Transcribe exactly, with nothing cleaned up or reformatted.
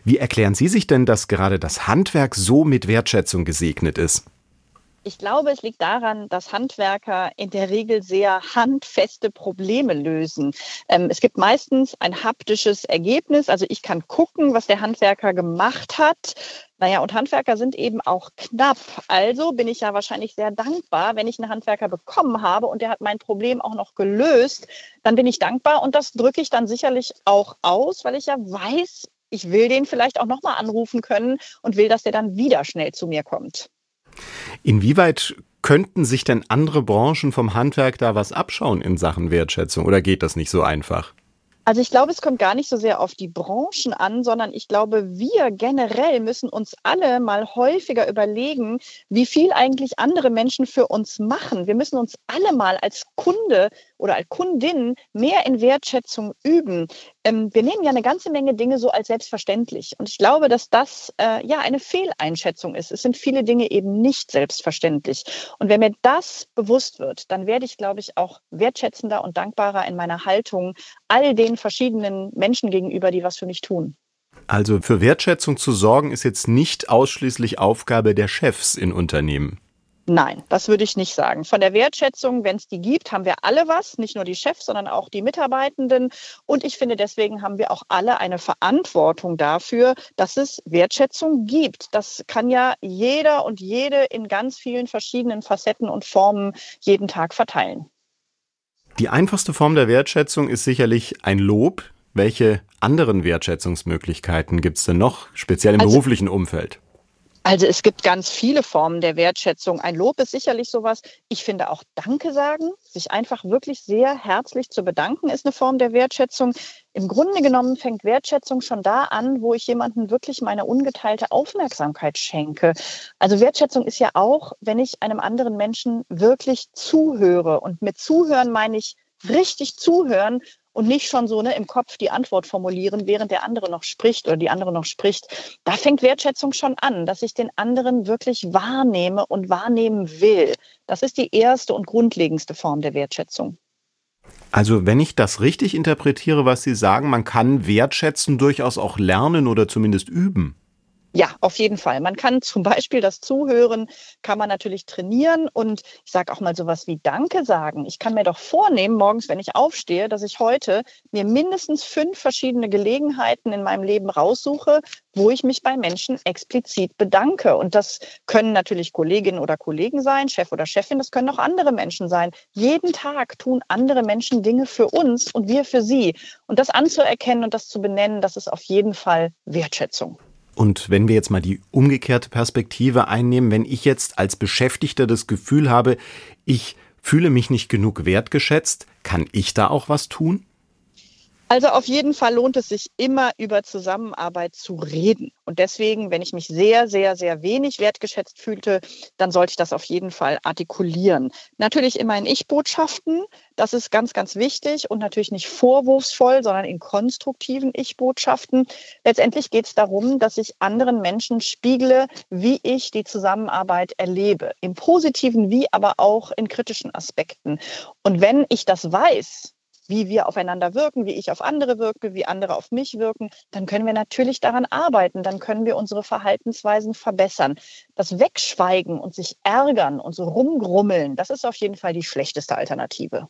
Wie erklären Sie sich denn, dass gerade das Handwerk so mit Wertschätzung gesegnet ist? Ich glaube, es liegt daran, dass Handwerker in der Regel sehr handfeste Probleme lösen. Ähm, es gibt meistens ein haptisches Ergebnis. Also ich kann gucken, was der Handwerker gemacht hat. Naja, und Handwerker sind eben auch knapp. Also bin ich ja wahrscheinlich sehr dankbar, wenn ich einen Handwerker bekommen habe und der hat mein Problem auch noch gelöst. Dann bin ich dankbar und das drücke ich dann sicherlich auch aus, weil ich ja weiß, ich will den vielleicht auch nochmal anrufen können und will, dass der dann wieder schnell zu mir kommt. Inwieweit könnten sich denn andere Branchen vom Handwerk da was abschauen in Sachen Wertschätzung oder geht das nicht so einfach? Also ich glaube, es kommt gar nicht so sehr auf die Branchen an, sondern ich glaube, wir generell müssen uns alle mal häufiger überlegen, wie viel eigentlich andere Menschen für uns machen. Wir müssen uns alle mal als Kunde oder als Kundin mehr in Wertschätzung üben. Ähm, wir nehmen ja eine ganze Menge Dinge so als selbstverständlich. Und ich glaube, dass das äh, ja eine Fehleinschätzung ist. Es sind viele Dinge eben nicht selbstverständlich. Und wenn mir das bewusst wird, dann werde ich, glaube ich, auch wertschätzender und dankbarer in meiner Haltung all den verschiedenen Menschen gegenüber, die was für mich tun. Also für Wertschätzung zu sorgen, ist jetzt nicht ausschließlich Aufgabe der Chefs in Unternehmen. Nein, das würde ich nicht sagen. Von der Wertschätzung, wenn es die gibt, haben wir alle was, nicht nur die Chefs, sondern auch die Mitarbeitenden. Und ich finde, deswegen haben wir auch alle eine Verantwortung dafür, dass es Wertschätzung gibt. Das kann ja jeder und jede in ganz vielen verschiedenen Facetten und Formen jeden Tag verteilen. Die einfachste Form der Wertschätzung ist sicherlich ein Lob. Welche anderen Wertschätzungsmöglichkeiten gibt es denn noch, speziell im Also beruflichen Umfeld? Also es gibt ganz viele Formen der Wertschätzung. Ein Lob ist sicherlich sowas. Ich finde auch Danke sagen, sich einfach wirklich sehr herzlich zu bedanken, ist eine Form der Wertschätzung. Im Grunde genommen fängt Wertschätzung schon da an, wo ich jemandem wirklich meine ungeteilte Aufmerksamkeit schenke. Also Wertschätzung ist ja auch, wenn ich einem anderen Menschen wirklich zuhöre. Und mit Zuhören meine ich richtig zuhören und nicht schon so ne, im Kopf die Antwort formulieren, während der andere noch spricht oder die andere noch spricht. Da fängt Wertschätzung schon an, dass ich den anderen wirklich wahrnehme und wahrnehmen will. Das ist die erste und grundlegendste Form der Wertschätzung. Also wenn ich das richtig interpretiere, was Sie sagen, man kann Wertschätzen durchaus auch lernen oder zumindest üben. Ja, auf jeden Fall. Man kann zum Beispiel das Zuhören, kann man natürlich trainieren und ich sage auch mal sowas wie Danke sagen. Ich kann mir doch vornehmen, morgens, wenn ich aufstehe, dass ich heute mir mindestens fünf verschiedene Gelegenheiten in meinem Leben raussuche, wo ich mich bei Menschen explizit bedanke. Und das können natürlich Kolleginnen oder Kollegen sein, Chef oder Chefin, das können auch andere Menschen sein. Jeden Tag tun andere Menschen Dinge für uns und wir für sie. Und das anzuerkennen und das zu benennen, das ist auf jeden Fall Wertschätzung. Und wenn wir jetzt mal die umgekehrte Perspektive einnehmen, wenn ich jetzt als Beschäftigter das Gefühl habe, ich fühle mich nicht genug wertgeschätzt, kann ich da auch was tun? Also auf jeden Fall lohnt es sich immer über Zusammenarbeit zu reden. Und deswegen, wenn ich mich sehr, sehr, sehr wenig wertgeschätzt fühlte, dann sollte ich das auf jeden Fall artikulieren. Natürlich immer in Ich-Botschaften, das ist ganz, ganz wichtig und natürlich nicht vorwurfsvoll, sondern in konstruktiven Ich-Botschaften. Letztendlich geht es darum, dass ich anderen Menschen spiegle, wie ich die Zusammenarbeit erlebe. Im Positiven wie aber auch in kritischen Aspekten. Und wenn ich das weiß, wie wir aufeinander wirken, wie ich auf andere wirke, wie andere auf mich wirken, dann können wir natürlich daran arbeiten, dann können wir unsere Verhaltensweisen verbessern. Das Wegschweigen und sich ärgern und so rumgrummeln, das ist auf jeden Fall die schlechteste Alternative.